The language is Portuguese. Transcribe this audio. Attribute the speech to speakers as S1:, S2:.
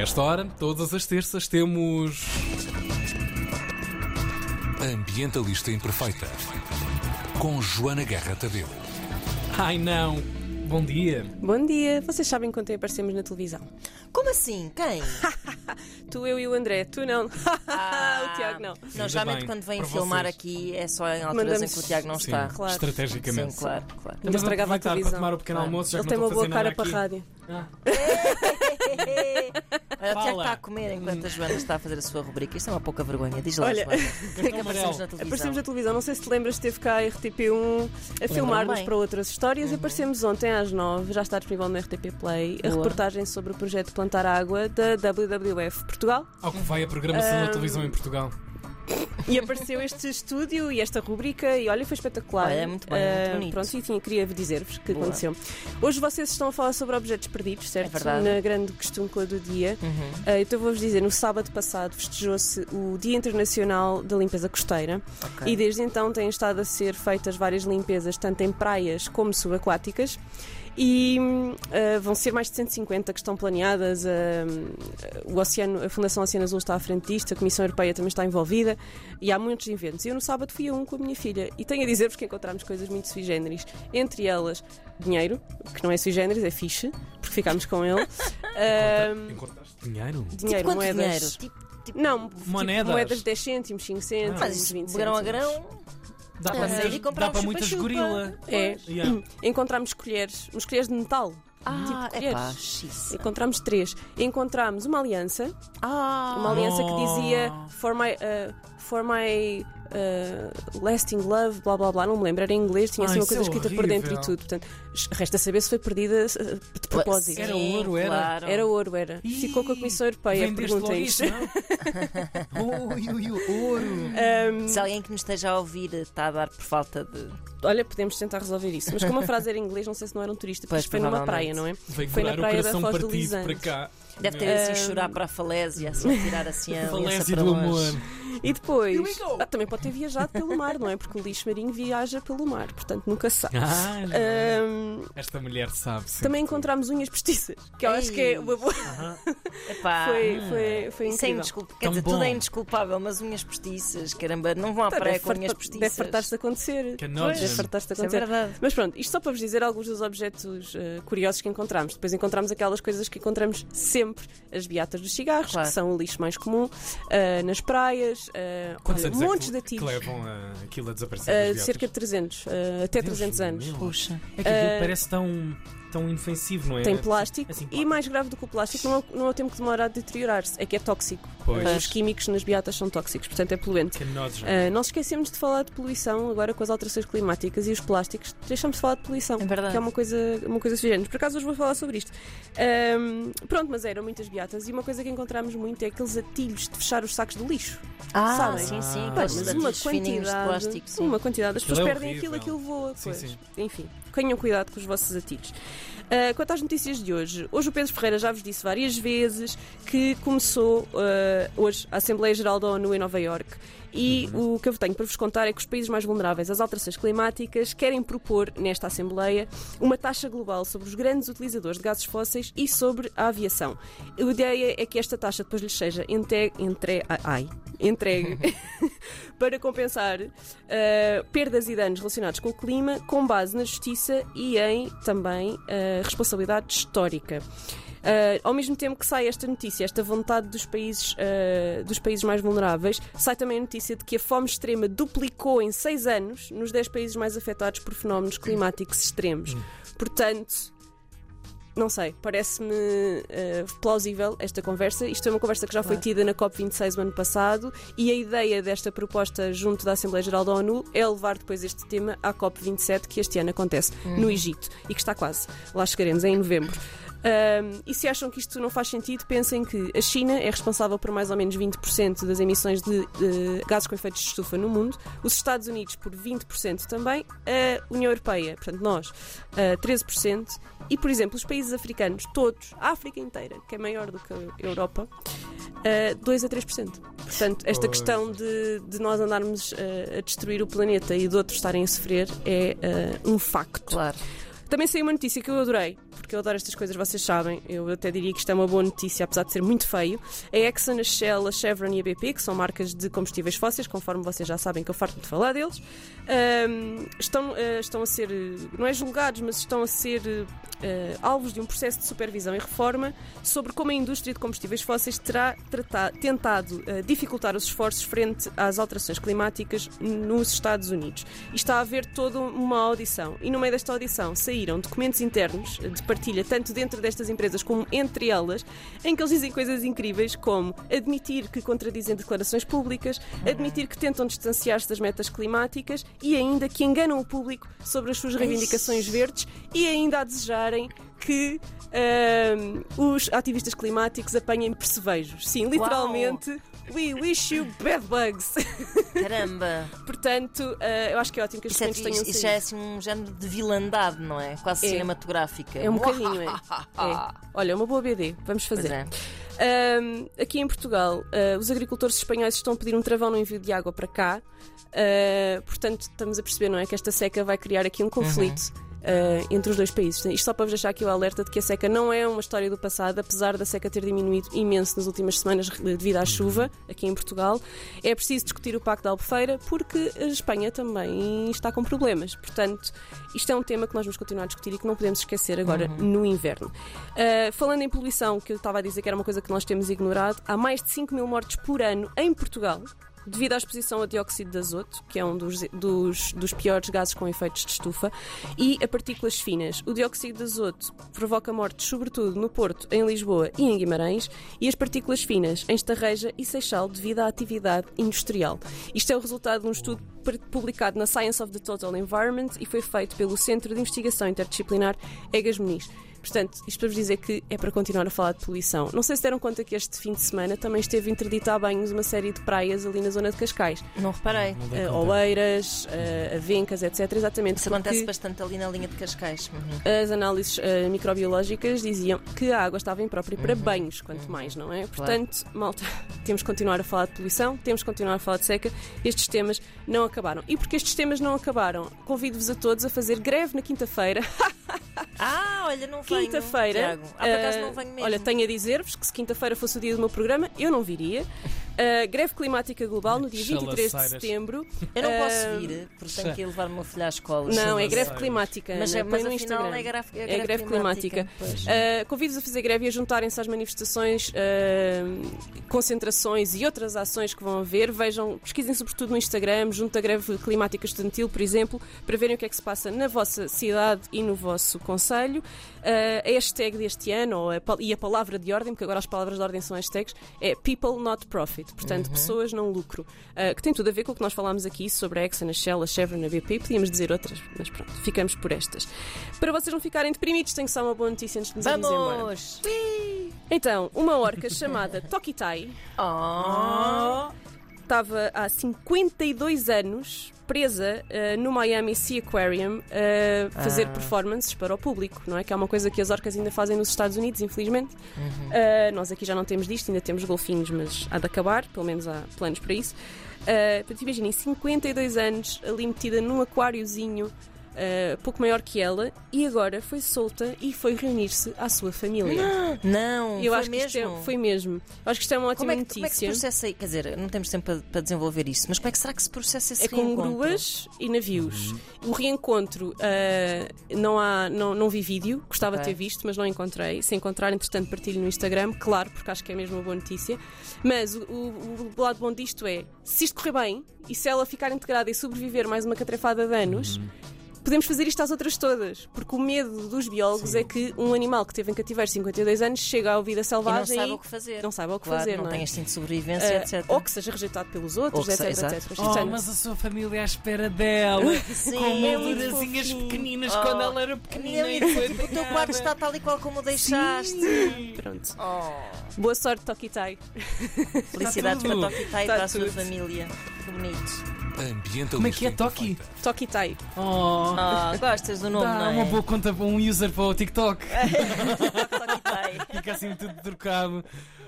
S1: esta hora, todas as terças, temos
S2: Ambientalista Imperfeita, com Joana Guerra Tadeu.
S1: Ai não, bom dia.
S3: Bom dia. Vocês sabem quando aparecemos na televisão?
S4: Como assim? Quem?
S3: Tu, eu e o André. Tu não. O Tiago não.
S4: Não, geralmente
S1: bem,
S4: quando vêm
S1: para
S4: filmar
S1: vocês.
S4: aqui é só em alturas
S3: Mandamos-
S4: em que o Tiago não
S1: Sim,
S4: está.
S3: Claro.
S1: estrategicamente.
S4: Sim, claro.
S3: Ainda estragava a
S1: Aproveitar para
S3: televisão.
S1: tomar o pequeno almoço, já
S3: Ele
S1: que
S3: tem
S1: não
S3: uma
S1: estou a
S3: boa
S1: fazer
S3: cara
S1: nada
S3: para
S1: aqui.
S3: a rádio.
S4: Olha, o Tiago
S1: Fala.
S4: está a comer enquanto a Joana está a fazer a sua rubrica. Isto é uma pouca vergonha. Diz lá,
S3: Olha,
S4: Joana. O que é que aparecemos na televisão?
S3: Aparecemos na televisão. Não sei se te lembras, esteve cá a RTP1 a filmar-nos
S4: bem.
S3: para outras histórias. Aparecemos ontem às 9, já está disponível no RTP Play, a
S4: Boa.
S3: reportagem sobre o projeto Plantar Água da WWF Portugal.
S1: Ao que vai a programação da televisão em Portugal.
S3: E apareceu este estúdio e esta rubrica e olha, foi espetacular.
S4: Olha, é muito bem, muito bonito.
S3: Pronto, e queria dizer-vos que
S4: Boa.
S3: aconteceu. Hoje vocês estão a falar sobre objetos perdidos, certo?
S4: É verdade.
S3: Na grande questúncula do dia. Então vou-vos dizer, no sábado passado festejou-se o Dia Internacional da Limpeza Costeira
S4: Ok.
S3: e desde então têm estado a ser feitas várias limpezas, tanto em praias como subaquáticas. E vão ser mais de 150 que estão planeadas. A Fundação Oceano Azul está à frente disto, a Comissão Europeia também está envolvida e há muitos eventos. Eu no sábado fui a um com a minha filha e tenho a dizer-vos que encontramos coisas muito sui generis. Entre elas, dinheiro, que não é sui generis, é fixe, porque ficámos com ele.
S1: Encontraste dinheiro?
S3: Dinheiro,
S4: Quanto
S3: moedas.
S4: dinheiro? Tipo,
S3: Não,
S1: Moedas.
S3: Tipo, moedas de 10 cêntimos, 5 cêntimos,
S4: mas isso,
S3: 20
S4: grão a
S3: cêntimos.
S4: grão.
S1: Dá
S4: Ah,
S1: para
S4: e
S1: muitas,
S4: compramos
S1: dá para muitas
S4: chupa-chupa.
S1: gorila.
S3: É.
S1: Yeah.
S3: Encontramos colheres, uns colheres de metal.
S4: Ah,
S3: Tipo
S4: é pá,
S3: colheres.
S4: xiça.
S3: Encontramos 3. Encontramos uma aliança. Uma aliança que dizia For my lasting love, blá blá blá, não me lembro, era em inglês, tinha assim
S1: Ah,
S3: uma
S1: isso
S3: coisa
S1: é
S3: escrita por dentro e
S1: horrível.
S3: tudo. Portanto, resta saber se foi perdida de propósito.
S1: Era ouro, era?
S4: Claro.
S3: Era ouro, era. Ficou com a Comissão Europeia,
S1: Vendeste logo
S3: pergunta
S1: isso,
S3: isto.
S1: não? Ui, ouro.
S4: Se alguém que nos esteja a ouvir está a dar por falta de.
S3: Olha, podemos tentar resolver isso. Mas como a frase era em inglês, não sei se não era um turista, porque
S4: Pois,
S3: isto foi numa praia,
S4: provavelmente.
S3: não é?
S1: Veio
S3: Foi na
S1: curar o
S3: praia da
S1: coração
S3: Foz do
S1: partido
S3: Lisante.
S1: para cá.
S4: Deve ter assim chorar para a falésia, assim, tirar assim a aliança
S1: Falésia
S4: para
S1: do
S4: longe.
S1: amor.
S3: E depois,
S1: Here we go.
S3: também pode ter viajado pelo mar, não é? Porque o lixo marinho viaja pelo mar, portanto nunca se sabe.
S1: Esta mulher sabe. Sim.
S3: Também encontramos unhas postiças, que eu acho que é uma boa.
S4: Epá,
S3: Foi
S4: isso é
S3: incrível.
S4: indesculpável. Quer
S1: Tão
S4: dizer,
S1: bom.
S4: tudo é indesculpável, mas unhas postiças, caramba, não vão à praia com unhas postiças.
S3: Deve fartar-se de acontecer.
S1: Que nojo.
S3: Deve fartar-se de
S4: Isso é
S3: acontecer.
S4: verdade.
S3: Mas pronto, isto só para vos dizer alguns dos objetos curiosos que encontramos. Depois encontramos aquelas coisas que encontramos sempre: as beatas dos cigarros,
S4: Claro.
S3: que são o lixo mais comum, nas praias,
S1: Quantos
S3: olha,
S1: anos é
S3: montes
S1: que,
S3: de
S1: que
S3: ativos.
S1: levam aquilo a desaparecer? das
S3: Cerca de
S1: beatas?
S3: 300, até 300 anos.
S1: meu.
S4: Puxa.
S1: É que aquilo parece tão inofensivo, não é?
S3: Tem plástico
S1: Assim,
S3: e, mais grave do que o plástico, não é o tempo que demora a deteriorar-se, é que é tóxico.
S1: Pois.
S3: Os químicos nas beatas são tóxicos, portanto é poluente.
S1: Que nojo.
S3: Não se esquecemos de falar de poluição agora com as alterações climáticas e os plásticos. Deixamos de falar de poluição,
S4: É verdade.
S3: que é uma coisa sugerente. Por acaso hoje vou falar sobre isto. Pronto, mas eram muitas beatas e uma coisa que encontramos muito é aqueles atilhos de fechar os sacos de lixo. Sabem?
S4: Sim, sim.
S1: Ah,
S4: Aqueles
S3: Mas uma
S4: datilhos fininhos de
S3: quantidade,
S4: plástico, sim.
S3: uma quantidade. As pessoas
S1: Aquilo é
S3: perdem
S1: horrível.
S3: aquilo voa.
S1: Sim,
S3: Pois.
S1: sim.
S3: Enfim, tenham cuidado com os vossos atilhos. Quanto às notícias de hoje, o Pedro Ferreira já vos disse várias vezes que começou hoje a Assembleia Geral da ONU em Nova Iorque. E o que eu tenho para vos contar é que os países mais vulneráveis às alterações climáticas querem propor nesta Assembleia uma taxa global sobre os grandes utilizadores de gases fósseis e sobre a aviação. A ideia é que esta taxa depois lhes seja entregue para compensar perdas e danos relacionados com o clima, com base na justiça e em também responsabilidade histórica. Ao mesmo tempo que sai esta notícia, esta vontade dos países mais vulneráveis, sai também a notícia de que a fome extrema duplicou em 6 anos nos 10 países mais afetados por fenómenos climáticos extremos. Portanto, não sei, parece-me plausível esta conversa. Isto é uma conversa que já foi tida na COP26 do ano passado e a ideia desta proposta junto da Assembleia Geral da ONU é levar depois este tema à COP27, que este ano acontece no Egito e que está quase. Lá chegaremos, em novembro. E se acham que isto não faz sentido, pensem que a China é responsável por mais ou menos 20% das emissões de gases com efeitos de estufa no mundo, os Estados Unidos por 20% também, a União Europeia, portanto nós, 13%, e por exemplo os países africanos, todos, a África inteira, que é maior do que a Europa, 2 a 3%. Portanto, esta questão de nós andarmos a destruir o planeta e de outros estarem a sofrer é um facto.
S4: Claro.
S3: Também saiu uma notícia que eu adorei, porque eu adoro estas coisas, vocês sabem. Eu até diria que isto é uma boa notícia, apesar de ser muito feio. A Exxon, a Shell, a Chevron e a BP, que são marcas de combustíveis fósseis, conforme vocês já sabem que eu farto de falar deles, estão a ser, não é julgados, mas estão a ser alvos de um processo de supervisão e reforma sobre como a indústria de combustíveis fósseis terá tentado dificultar os esforços frente às alterações climáticas nos Estados Unidos. E está a haver toda uma audição. E no meio desta audição saíram documentos internos de partilha, tanto dentro destas empresas como entre elas, em que eles dizem coisas incríveis como admitir que contradizem declarações públicas, admitir que tentam distanciar-se das metas climáticas e ainda que enganam o público sobre as suas reivindicações verdes e ainda a desejarem que os ativistas climáticos apanhem percevejos. Sim, literalmente. Uau. We wish you bad bugs.
S4: Caramba!
S3: Portanto, eu acho que é ótimo que as documentos tenham saído.
S4: Isso já é assim um género de vilandade, não é? Quase cinematográfica.
S3: É um bocadinho, é. Olha, é uma boa BD. Vamos fazer. Aqui em Portugal, os agricultores espanhóis estão a pedir um travão no envio de água para cá. Portanto, estamos a perceber, não é? Que esta seca vai criar aqui um conflito. Entre os dois países. Isto só para vos deixar aqui o alerta de que a seca não é uma história do passado, apesar da seca ter diminuído imenso nas últimas semanas devido à chuva aqui em Portugal. É preciso discutir o Pacto da Albufeira porque a Espanha também está com problemas. Portanto, isto é um tema que nós vamos continuar a discutir e que não podemos esquecer agora no inverno. Falando em poluição, que eu estava a dizer que era uma coisa que nós temos ignorado, há mais de 5 mil mortes por ano em Portugal devido à exposição a dióxido de azoto, que é um dos piores gases com efeitos de estufa, e a partículas finas. O dióxido de azoto provoca mortes, sobretudo no Porto, em Lisboa e em Guimarães, e as partículas finas em Estarreja e Seixal, devido à atividade industrial. Isto é o resultado de um estudo publicado na Science of the Total Environment e foi feito pelo Centro de Investigação Interdisciplinar Egas Muniz. Portanto, isto para vos dizer que é para continuar a falar de poluição. Não sei se deram conta que este fim de semana também esteve interdita a banhos uma série de praias ali na zona de Cascais.
S4: Não reparei.
S3: Oeiras, Avencas, etc. Exatamente.
S4: Isso acontece bastante ali na linha de Cascais.
S3: As análises microbiológicas diziam que a água estava imprópria para banhos, quanto mais, não é? Portanto, malta, temos que continuar a falar de poluição, temos que continuar a falar de seca. Estes temas não acabaram. E porque estes temas não acabaram, convido-vos a todos a fazer greve na quinta-feira.
S4: Olha, não venho,
S3: quinta-feira,
S4: por acaso não venho mesmo.
S3: Olha, tenho a dizer-vos que se quinta-feira fosse o dia do meu programa, eu não viria. Greve climática global no dia 23 de setembro.
S4: Eu não posso vir, porque tenho que ir levar o meu filho à escola.
S3: Não, é greve climática.
S4: Mas
S3: no
S4: afinal
S3: Instagram.
S4: É greve climática.
S3: Convido-vos a fazer greve e a juntarem-se às manifestações, concentrações e outras ações que vão haver. Vejam, pesquisem sobretudo no Instagram, junto à greve climática estudantil, por exemplo, para verem o que é que se passa na vossa cidade e no vosso concelho. A hashtag deste ano, e a palavra de ordem, porque agora as palavras de ordem são hashtags, é People Not Profit. Portanto, pessoas não lucro. Que tem tudo a ver com o que nós falámos aqui sobre a Exxon, a Shell, a Chevron, a BP. Podíamos dizer outras, mas pronto, ficamos por estas. Para vocês não ficarem deprimidos, tenho só uma boa notícia antes de nos irmos embora. Então, uma orca chamada Tokitai estava há 52 anos presa no Miami Sea Aquarium a fazer performances para o público, não é? Que é uma coisa que as orcas ainda fazem nos Estados Unidos, infelizmente. Nós aqui já não temos disto, ainda temos golfinhos, mas há de acabar, pelo menos há planos para isso. Imaginem, 52 anos ali metida num aquáriozinho pouco maior que ela, e agora foi solta e foi reunir-se à sua família.
S4: Não,
S3: eu
S4: foi
S3: acho
S4: mesmo?
S3: Que foi mesmo. Eu acho que isto é uma ótima notícia.
S4: Como é que se processa aí? Quer dizer, não temos tempo para desenvolver isso, mas como é que será que se processa esse
S3: reencontro? É com gruas e navios. O reencontro, não vi vídeo, gostava de ter visto, mas não encontrei. Se encontrar, entretanto, partilho no Instagram, claro, porque acho que é mesmo uma boa notícia. Mas o lado bom disto é, se isto correr bem e se ela ficar integrada e sobreviver mais uma catrefada de anos, podemos fazer isto às outras todas, porque o medo dos biólogos é que um animal que teve em cativeiro 52 anos chega à vida selvagem
S4: e não saiba o que fazer.
S3: Não saiba o que fazer,
S4: não tem instinto de sobrevivência, etc.
S3: Ou que seja rejeitado pelos outros, etc.
S1: Mas a sua família à espera dela,
S4: sim,
S1: com moldurazinhas pequeninas quando ela era pequenina.
S4: O teu quarto está tal e qual como o deixaste.
S3: Sim. Pronto. Boa sorte, Tokitai.
S4: Felicidades para Tokitai e para a sua família. Que bonito.
S1: Como é que é Toki?
S3: Tokitai.
S4: Gostas do nome, não é?
S1: Uma boa conta para um user para o TikTok.
S4: Tokitai.
S1: Fica assim tudo trocado.